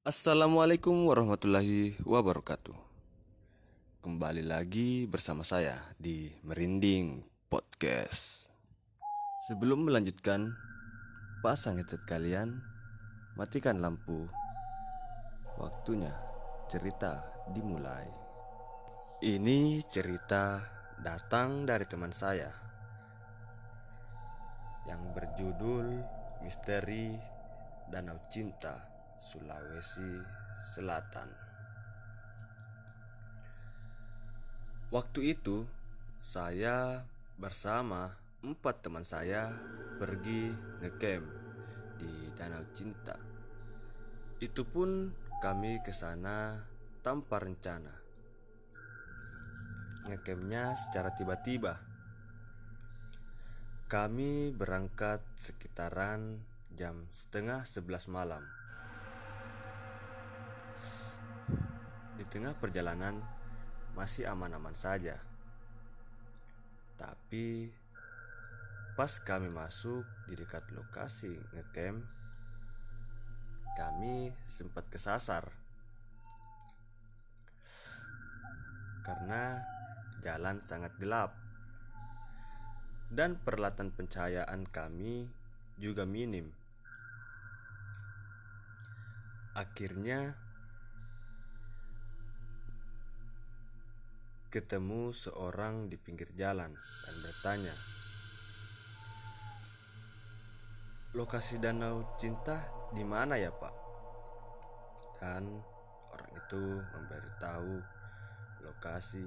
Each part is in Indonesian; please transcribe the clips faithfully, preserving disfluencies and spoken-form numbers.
Assalamualaikum warahmatullahi wabarakatuh. Kembali lagi bersama saya di Merinding Podcast. Sebelum melanjutkan, pasang headset kalian, matikan lampu. Waktunya cerita dimulai. Ini cerita datang dari teman saya yang berjudul Misteri Danau Cinta, Sulawesi Selatan. Waktu itu, saya bersama empat teman saya pergi ngecamp di Danau Cinta. Itu pun kami ke sana tanpa rencana. Ngecampnya secara tiba-tiba. Kami berangkat sekitaran jam setengah sebelas malam. Di tengah perjalanan masih aman-aman saja. Tapi pas kami masuk di dekat lokasi ngecamp, kami sempat kesasar karena jalan sangat gelap dan peralatan pencahayaan kami juga minim. Akhirnya ketemu seorang di pinggir jalan dan bertanya, "Lokasi Danau Cinta di mana ya, Pak?" Dan orang itu memberitahu lokasi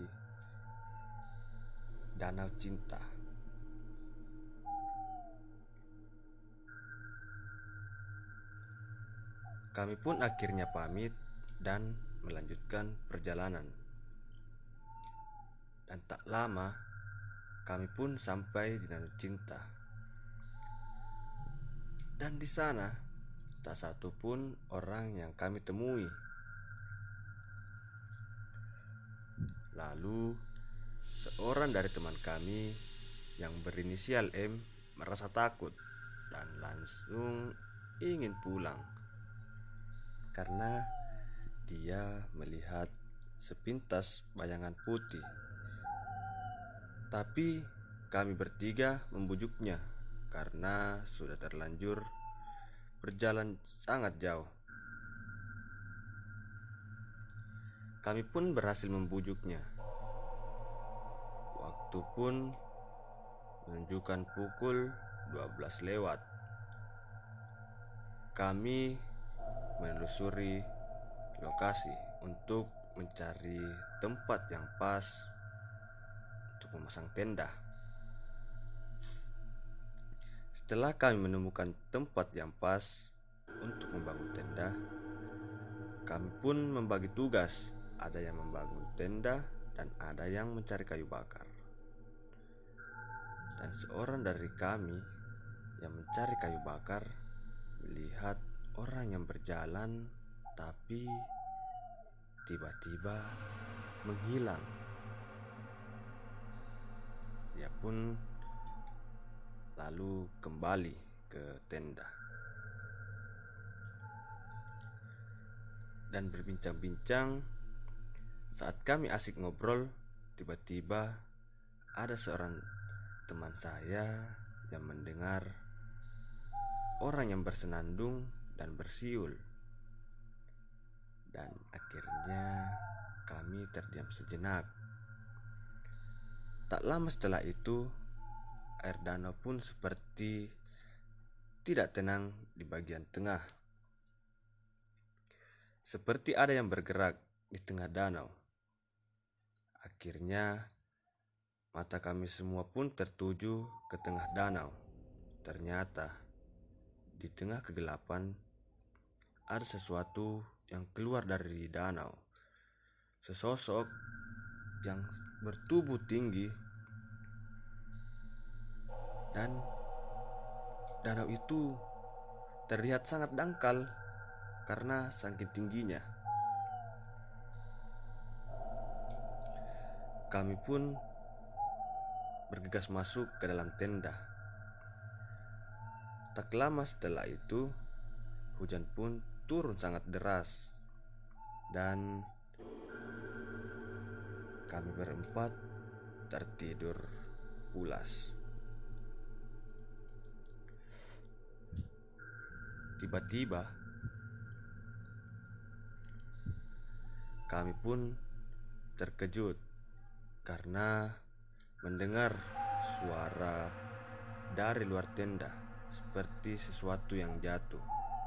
Danau Cinta. Kami pun akhirnya pamit dan melanjutkan perjalanan. Dan tak lama kami pun sampai di Danau Cinta. Dan di sana tak satu pun orang yang kami temui. Lalu seorang dari teman kami yang berinisial M merasa takut dan langsung ingin pulang karena dia melihat sepintas bayangan putih. Tapi kami bertiga membujuknya karena sudah terlanjur berjalan sangat jauh. Kami pun berhasil membujuknya. Waktu pun menunjukkan pukul dua belas lewat. Kami menelusuri lokasi untuk mencari tempat yang pas untuk memasang tenda. Setelah kami menemukan tempat yang pas untuk membangun tenda, kami pun membagi tugas. Ada yang membangun tenda dan ada yang mencari kayu bakar. Dan seorang dari kami yang mencari kayu bakar melihat orang yang berjalan tapi tiba-tiba menghilang. Dia pun lalu kembali ke tenda dan berbincang-bincang. Saat kami asik ngobrol, tiba-tiba ada seorang teman saya yang mendengar orang yang bersenandung dan bersiul. Dan akhirnya kami terdiam sejenak. Tak lama setelah itu, air danau pun seperti tidak tenang di bagian tengah. Seperti ada yang bergerak di tengah danau. Akhirnya mata kami semua pun tertuju ke tengah danau. Ternyata di tengah kegelapan ada sesuatu yang keluar dari danau. Sesosok yang bertubuh tinggi, dan danau itu terlihat sangat dangkal karena saking tingginya. Kami pun bergegas masuk ke dalam tenda. Tak lama setelah itu, hujan pun turun sangat deras, dan kami berempat tertidur pulas. Tiba-tiba kami pun terkejut karena mendengar suara dari luar tenda seperti sesuatu yang jatuh.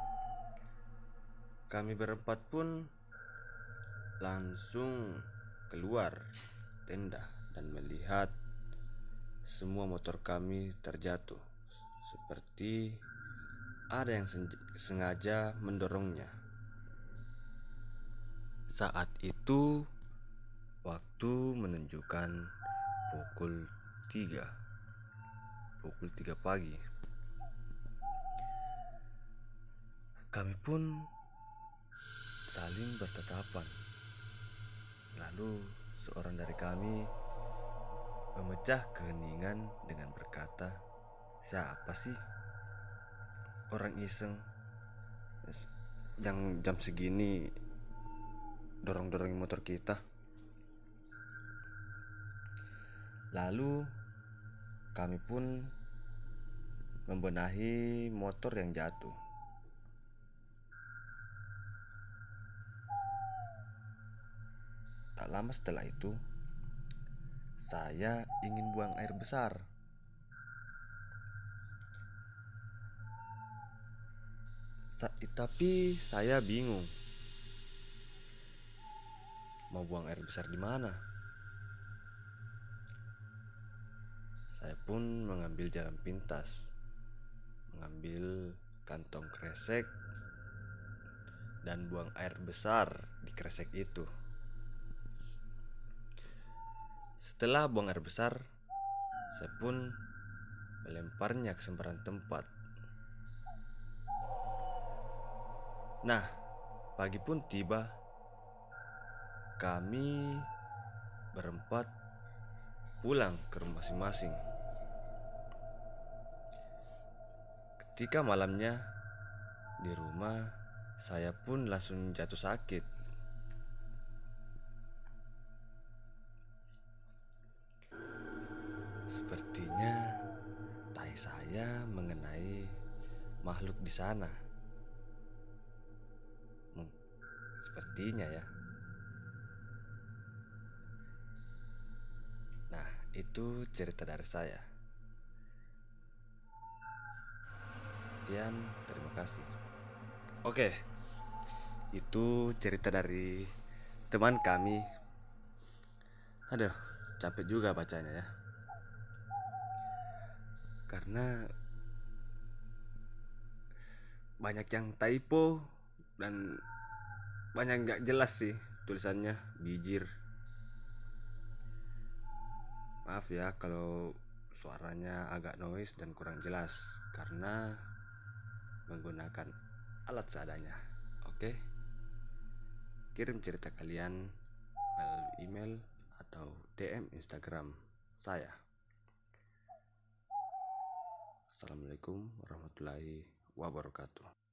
Kami berempat pun langsung keluar tenda dan melihat semua motor kami terjatuh, seperti ada yang sengaja mendorongnya. Saat itu waktu menunjukkan pukul tiga Pukul tiga pagi. Kami pun saling bertatapan. Lalu seorang dari kami memecah keheningan dengan berkata, "Siapa sih orang iseng yang jam segini dorong-dorongin motor kita?" Lalu kami pun membenahi motor yang jatuh. Tak lama setelah itu, saya ingin buang air besar. Sa- tapi saya bingung mau buang air besar di mana. Saya pun mengambil jalan pintas, mengambil kantong kresek dan buang air besar di kresek itu. Setelah buang air besar, saya pun melemparnya ke sembarang tempat. Nah, pagi pun tiba. Kami berempat pulang ke rumah masing-masing. Ketika malamnya di rumah, saya pun langsung jatuh sakit. Sepertinya tai saya mengenai makhluk di sana. Hmm, sepertinya ya. Nah, itu cerita dari saya. Sekian, terima kasih. Oke, itu cerita dari teman kami. Aduh, capek juga bacanya ya. Karena banyak yang typo dan banyak nggak jelas sih tulisannya, bijir. Maaf ya kalau suaranya agak noise dan kurang jelas karena menggunakan alat seadanya. Oke, kirim cerita kalian melalui email atau D M Instagram saya. Assalamualaikum warahmatullahi wabarakatuh.